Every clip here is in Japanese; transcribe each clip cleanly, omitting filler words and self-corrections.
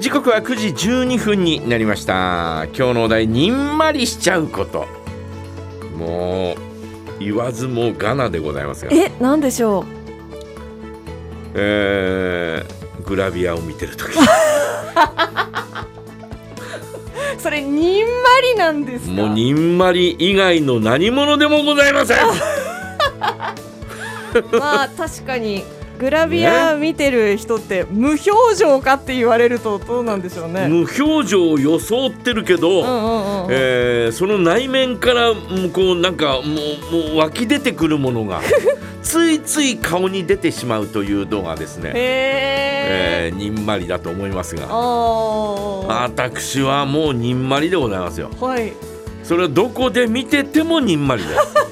時刻は9時12分になりました。今日のお題、にんまりしちゃうこと。もう言わずもがなでございますが、 何でしょう。グラビアを見てるときそれにんまりなんですか？ もうにんまり以外の何者でもございませんまあ確かにグラビア見てる人って無表情かって言われるとどうなんでしょうね。 無表情を装ってるけど、その内面からこうなんかもう湧き出てくるものがついつい顔に出てしまうというのがですね、にんまりだと思いますが、私はもうにんまりでございますよ。 はい。 それはどこで見ててもにんまりです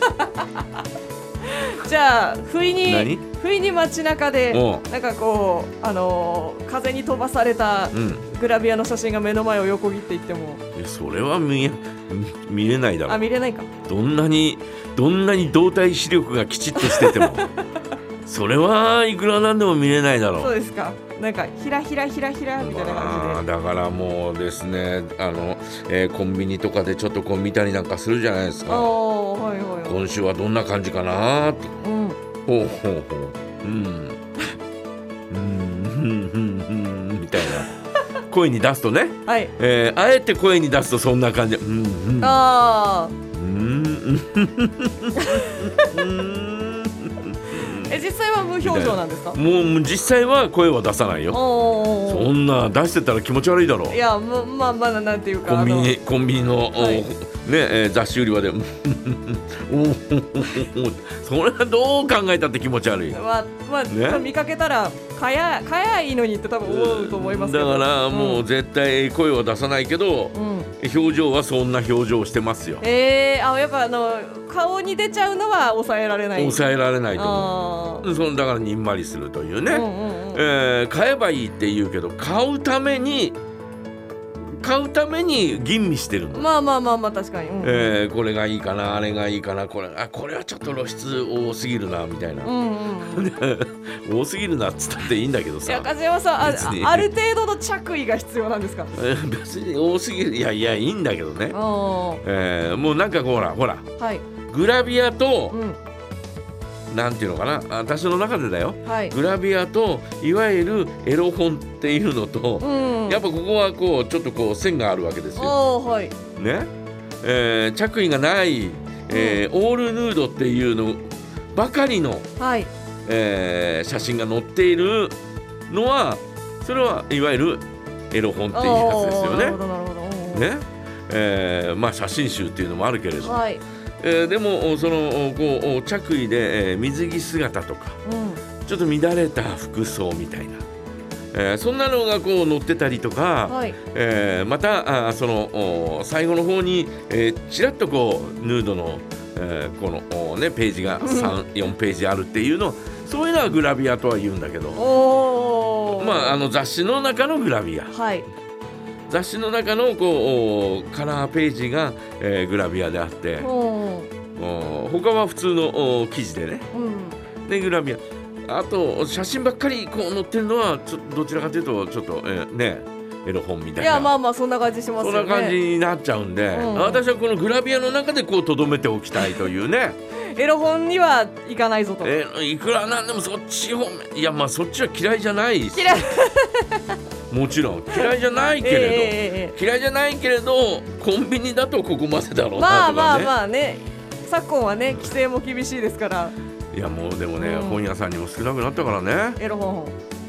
じゃあ不意に街中でなんかこう風に飛ばされたグラビアの写真が目の前を横切っていっても、 それは見れないだろう。 見れないか。 どんなに動体視力がきちっとしててもそれはいくらなんでも見れないだろう。 そうですか。なんかひらひらひらひらみたいな感じで、 だからもうですね、コンビニとかでちょっとこう見たりなんかするじゃないですか。今週はどんな感じかなって、ほうみたいな声に出すとね、あえて声に出すとそんな感じ。 実際は無表情なんですか？ もう実際は声は出さないよ。そんな出してたら気持ち悪いだろう。 いや、まあなんていうか、 コンビニの、雑誌売り場でそれはどう考えたって気持ち悪い。 見かけたらかやいいのにって多分思うと思いますけど、 だからもう絶対声は出さないけど、表情はそんな表情をしてますよ。 やっぱ顔に出ちゃうのは抑えられないと思う。 だからにんまりするというね、買えばいいって言うけど、買うために吟味してるの。 まあ確かに、 これがいいかな、あれがいいかな、これはちょっと露出多すぎるなみたいな、多すぎるなっつったっていいんだけどさ。 梶山さん、ある程度の着衣が必要なんですか？ 別に多すぎる、いやいいんだけどね。もうなんかほら、グラビアと、なんていうのかな、私の中でだよ、グラビアといわゆるエロ本っていうのと、やっぱここはこうちょっとこう線があるわけですよ。ね、着衣がない、オールヌードっていうのばかりの、写真が載っているのは、それはいわゆるエロ本っていうやつですよね。まあ写真集っていうのもあるけれど、でもそのこう着衣で、水着姿とか、ちょっと乱れた服装みたいな、そんなのがこう載ってたりとか、またその最後の方に、ちらっとこうヌードの、このページが4ページあるっていうの、そういうのはグラビアとは言うんだけど、雑誌の中のグラビア、雑誌の中のこうカラーページが、グラビアであって、他は普通の記事でね、でグラビア、あと写真ばっかりこう載ってるのはどちらかというとちょっと、エロ本みたいな。 いやそんな感じしますよね。 そんな感じになっちゃうんで、私はこのグラビアの中でこう留めておきたいというね。 エロ本にはいかないぞと。 いくらなんでもそっち方面、いやそっちは嫌いじゃないし、もちろん嫌いじゃないけれど、コンビニだとここまでだろうなとかね。 昨今はね、規制も厳しいですから。 いやもうでもね、本屋さんにも少なくなったからね、 エロ本。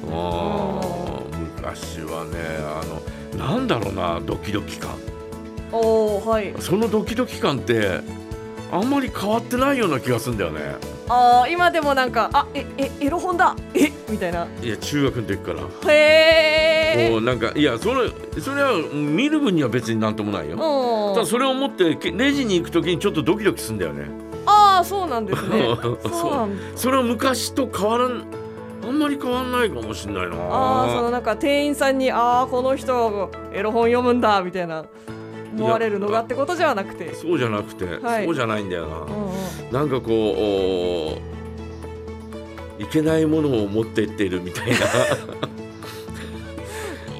昔はね、なんだろうな、ドキドキ感。 そのドキドキ感ってあんまり変わってないような気がするんだよね。 今でもなんかエロ本だみたいな。 いや中学の時から。なんかいやそれは見る分には別になんともないよ。ただそれを持ってレジに行く時にちょっとドキドキするんだよね。 そうなんですね。 それは昔とあんまり変わんないかもしれないな。 そのなんか店員さんにこの人エロ本読むんだみたいな思われるのがってことじゃなくて。 そうじゃなくて、そうじゃないんだよな。なんかこういけないものを持ってってるみたいな。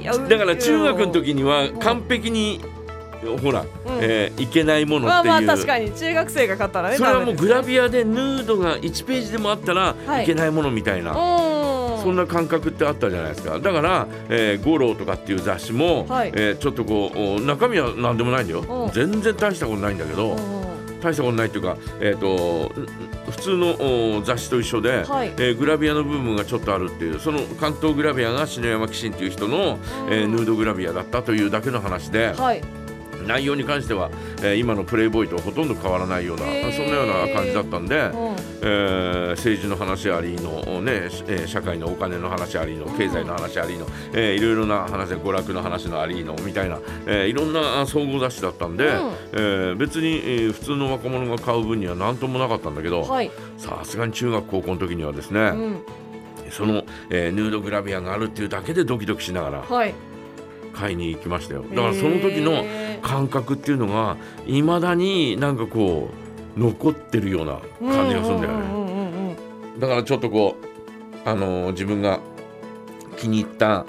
だから中学の時には完璧に、ほら、いけないものっていう、 まあ確かに中学生が買ったらね、 それはもうグラビアでヌードが1ページでもあったらいけないものみたいな、そんな感覚ってあったじゃないですか。だから、ゴローとかっていう雑誌も、ちょっとこう中身は何でもないんだよ、全然大したことないんだけど、大したことないっていうか、普通の雑誌と一緒で、グラビアの部分がちょっとあるっていう、その関東グラビアが篠山紀信っていう人の、ヌードグラビアだったというだけの話で、内容に関しては、今のプレイボーイとほとんど変わらないような、そんなような感じだったんで、政治の話ありの、ね、社会のお金の話ありの、経済の話ありの、いろいろな話で娯楽の話のありのみたいな、いろんな総合雑誌だったんで、別に、普通の若者が買う分には何ともなかったんだけど、さすがに中学高校の時にはですね、その、ヌードグラビアがあるっていうだけでドキドキしながら、買いに行きましたよ。だからその時の感覚っていうのがいまだになんかこう残ってるような感じがするんだよね。だからちょっとこう自分が気に入った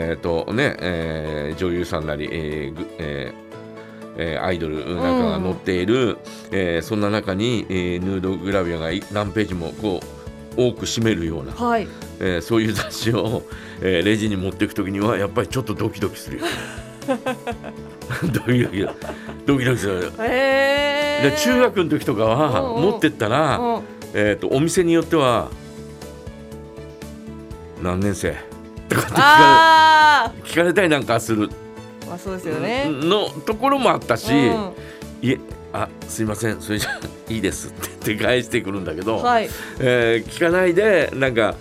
女優さんなり、アイドルなんかが載っている、そんな中に、ヌードグラビアが何ページもこう多く占めるような、そういう雑誌を、レジに持っていくときにはやっぱりちょっとドキドキするよドキドキする、で中学の時とかは持ってったら、お店によっては何年生とかって聞かれたりなんかする、 そうですよね、 のところもあったし、いえすいませんそれじゃいいですって言って返してくるんだけど、聞かないでなんか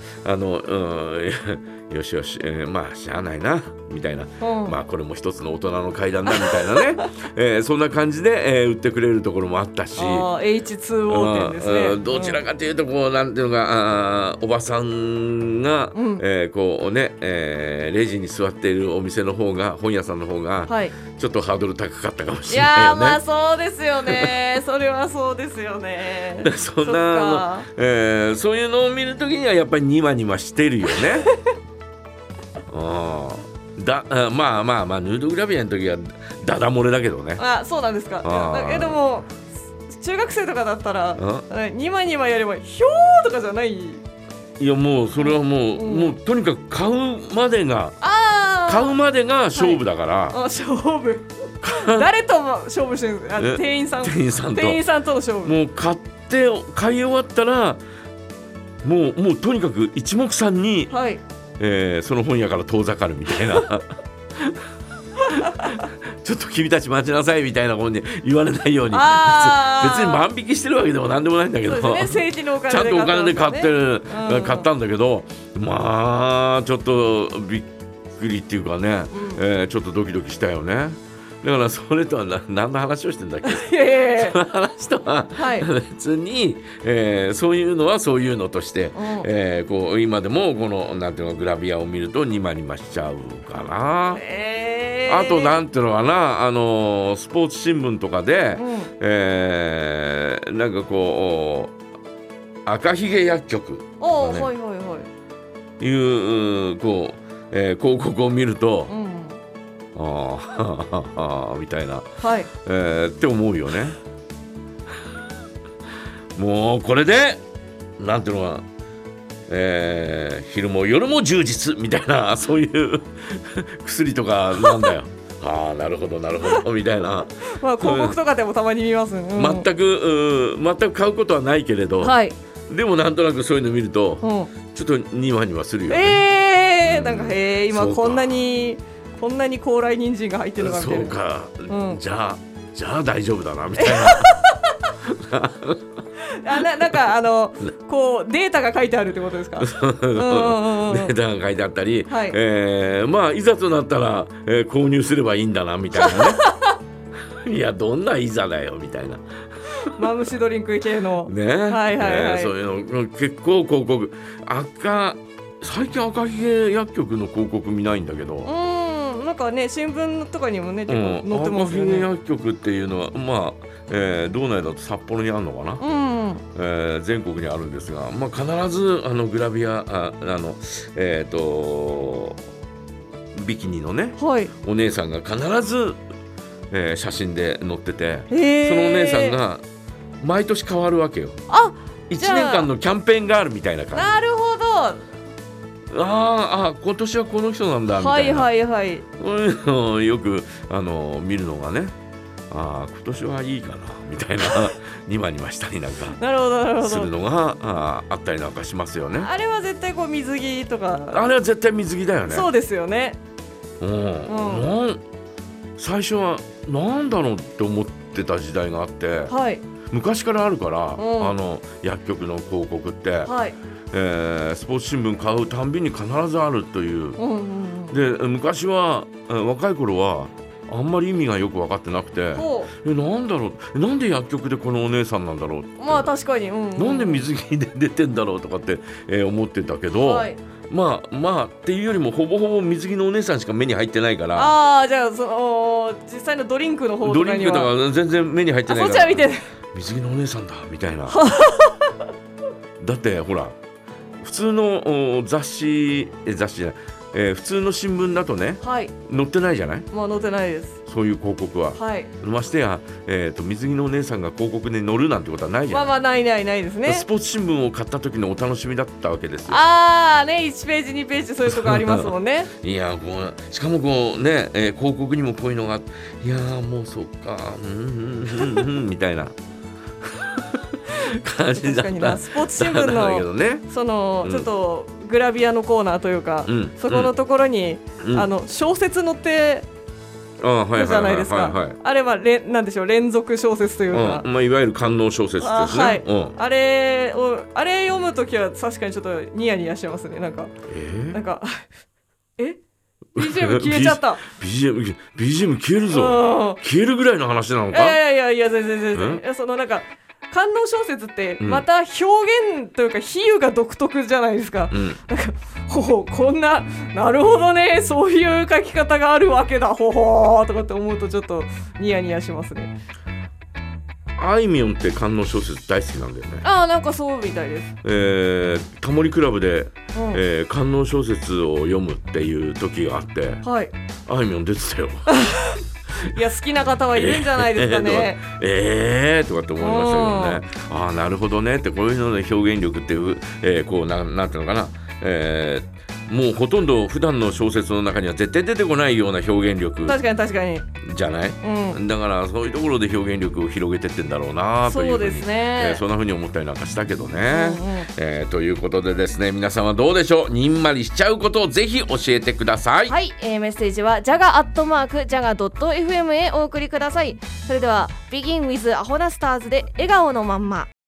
よしよし、まあしゃあないなみたいな、まあこれも一つの大人の階段だみたいなね、そんな感じで、売ってくれるところもあったし、 H2O 店ですね、 どちらかというとこうなんていうのか、おばさんが、こうね、レジに座っているお店の方が、本屋さんの方が、ちょっとハードル高かったかもしれないよね。いやまあそうですよねそれはそうですよねそんなそういうのを見るときにはやっぱりニマニマしてるよねまあヌードグラビアの時はダダ漏れだけどね。 そうなんですか。でも中学生とかだったらニマニマやればひょーとかじゃない。いやもうそれはもうとにかく買うまでが勝負だから、 勝負誰とも勝負してるんですか。店員さんとの勝負。 もう買い終わったらもうとにかく一目散に、その本屋から遠ざかるみたいなちょっと君たち待ちなさいみたいなことに言われないように、別に万引きしてるわけでもなんでもないんだけど、ちゃんとお金で買ったんだけど、まあちょっとびっくりっていうかね、ちょっとドキドキしたよね。だからそれとは何の話をしてんだっけその話とは別に、そういうのはそういうのとして、こう今でもこのなんていうのグラビアを見るとニマニマしちゃうかな。あとなんていうのかな、スポーツ新聞とかで、なんかこう赤ひげ薬局とかね、いうこう、広告を見ると、みたいな、って思うよねもうこれでなんていうのか、昼も夜も充実みたいな、そういう薬とかなんだよなるほどみたいな広告とかでもたまに見ます、 全く買うことはないけれど、でもなんとなくそういうの見ると、ちょっとニマニマするよね。 なんか今こんなに高麗人参が入ってるのかみたいな。 そうか、じゃあ大丈夫だなみたいななんかこうデータが書いてあるってことですか。データが書いてあったり、まあいざとなったら、購入すればいいんだなみたいなねいやどんないざだよみたいなマムシドリンク系のね、そういうの結構広告最近赤ひげ薬局の広告見ないんだけど、 なんかね新聞とかにもね結構載ってますよね。 赤ひげ薬局っていうのはまあ、道内だと札幌にあるのかな、全国にあるんですが、まあ、必ずグラビアビキニのね、はい、お姉さんが必ず、写真で載ってて、そのお姉さんが毎年変わるわけよ。1年間のキャンペーンがあるみたいな感じ。 なるほど。 今年はこの人なんだみたいな、 はいはいはい、 そういうのをよく見るのがね、今年はいいかなみたいなニマニマしたりなんかなるほどなるほどするのがあったりなんかしますよね。 あれは絶対こう水着とか、 あれは絶対水着だよね。 そうですよね。 最初はなんだろうって思ってた時代があって、はい、昔からあるから、薬局の広告って、はい、スポーツ新聞買うたんびに必ずあるという、で昔は若い頃はあんまり意味がよく分かってなくて、なんだろう、なんで薬局でこのお姉さんなんだろうって、 まあ確かに、 なんで水着で出てんだろうとかって、思ってたけど、はい、まあっていうよりもほぼほぼ水着のお姉さんしか目に入ってないから、 じゃあ実際のドリンクの方とかにはドリンクとか全然目に入ってないから、 そっちは見て水着のお姉さんだみたいなだってほら普通の雑誌じゃない、普通の新聞だとね、はい、載ってないじゃない。 まあ載ってないです、 そういう広告は、はい、ましてや、水着のお姉さんが広告で載るなんてことはないじゃない。 まあないですね。 スポーツ新聞を買った時のお楽しみだったわけですよ。 ね、1ページ2ページそういうとこありますもんねいやしかもこうね、広告にもこういうのが、いやもうそっかみたいな感じだった。確かにな、スポーツ新聞の、ね、 ちょっとグラビアのコーナーというか、そこのところに、小説載ってるじゃないですか。あれはなんでしょう、連続小説というか、 いわゆる官能小説ですね。はい、 あれ読むときは確かにちょっとニヤニヤしますね。なんか BGM 消えちゃった。 BGM 消えるぞ。消えるぐらいの話なのか。 いや全然そのなんか官能小説ってまた表現というか比喩が独特じゃないですか。なんかこんなるほどね、そういう書き方があるわけだとかって思うとちょっとニヤニヤしますね。 あいみょんって官能小説大好きなんだよね。 なんかそうみたいです。タモリクラブで、官能小説を読むっていう時があって、はい、あいみょん出てたよいや好きな方はいるんじゃないですかね。 とかって思いましたけどね。なるほどねって、こういうので表現力っていう、こうなんていうのかな、もうほとんど普段の小説の中には絶対出てこないような表現力、 確かにじゃない、だからそういうところで表現力を広げてってんだろうなというふうに、そうですね、そんなふうに思ったりなんかしたけどね、ということでですね、皆さんはどうでしょう。にんまりしちゃうことをぜひ教えてください。 はい、メッセージは jaga@jaga.fm へお送りください。それでは Begin with アホなスターズで笑顔のまんま。